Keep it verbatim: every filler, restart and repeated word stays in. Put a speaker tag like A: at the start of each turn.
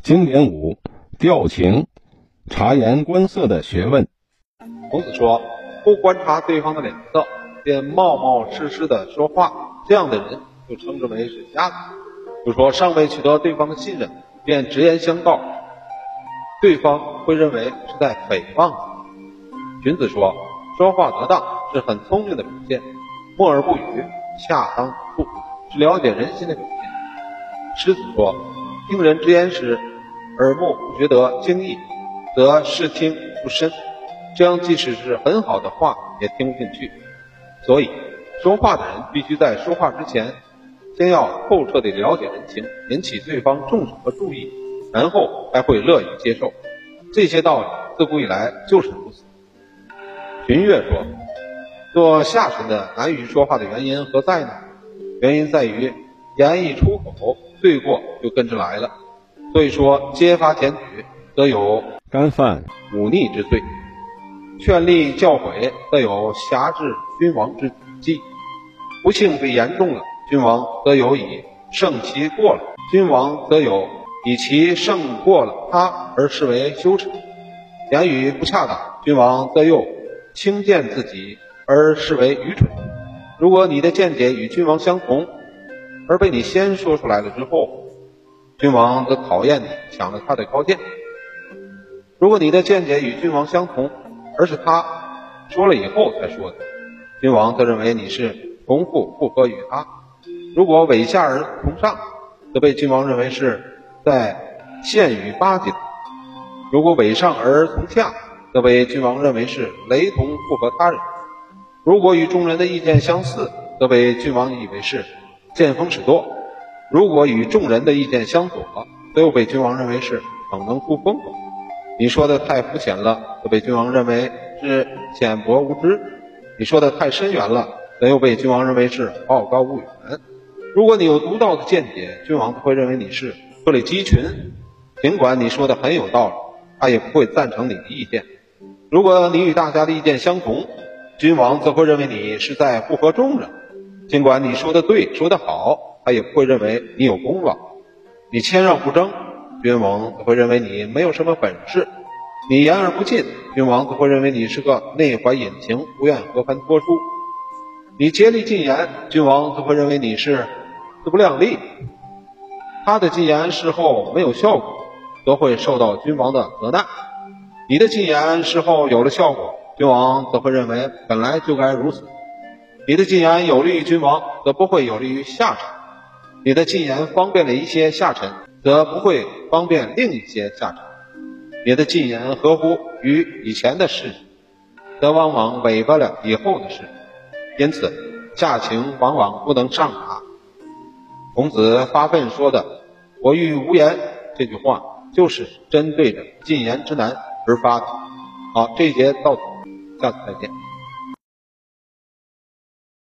A: 经典五：调情，察言观色的学问。
B: 孔子说，不观察对方的脸色，便冒冒失失的说话，这样的人就称之为是瞎子。就说尚未取得对方的信任，便直言相告，对方会认为是在诽谤他。荀子说，说话得当是很聪明的表现，默而不语，恰当不误，是了解人心的表现。狮子说，听人之言时，耳目不觉得惊异，则视听不深，这样即使是很好的话也听不进去。所以说话的人必须在说话之前，先要透彻地了解人情，引起对方重视和注意，然后才会乐于接受。这些道理自古以来就是如此。荀悦说，做下臣的难于说话的原因何在呢？原因在于言一出口，罪过就跟着来了。所以说，揭发检举则有
A: 干犯
B: 忤逆之罪，劝立教诲则有辖制君王之忌。不幸被言重了，君王则有以胜其过了，君王则有以其胜过了他而视为羞耻。言语不恰当，君王则又轻贱自己而视为愚蠢。如果你的见解与君王相同，而被你先说出来了之后，君王则讨厌你，抢了他的高见。如果你的见解与君王相同，而是他说了以后才说的，君王则认为你是重复附和于他。如果委下而从上，则被君王认为是在陷于巴结；如果委上而从下，则被君王认为是雷同附和他人；如果与众人的意见相似，则被君王以为是见风使舵；如果与众人的意见相左，则又被君王认为是逞能出风头。你说的太肤浅了，则被君王认为是浅薄无知；你说的太深远了，则又被君王认为是好高骛远。如果你有独到的见解，君王会认为你是鹤立鸡群，尽管你说的很有道理，他也不会赞成你的意见。如果你与大家的意见相同，君王则会认为你是在附和众人，尽管你说的对，说的好，他也不会认为你有功劳。你谦让不争，君王则会认为你没有什么本事；你言而不尽，君王则会认为你是个内怀隐情，不愿和盘托出；你竭力进言，君王则会认为你是自不量力。他的进言事后没有效果，则会受到君王的责难；你的进言事后有了效果，君王则会认为本来就该如此。你的进言有利于君王，则不会有利于下臣；你的进言方便了一些下臣，则不会方便另一些下臣；你的进言合乎于以前的事，则往往违背了以后的事。因此下情往往不能上达。孔子发愤说的“我欲无言”这句话，就是针对着进言之难而发的。好，这一节到此，下次再见。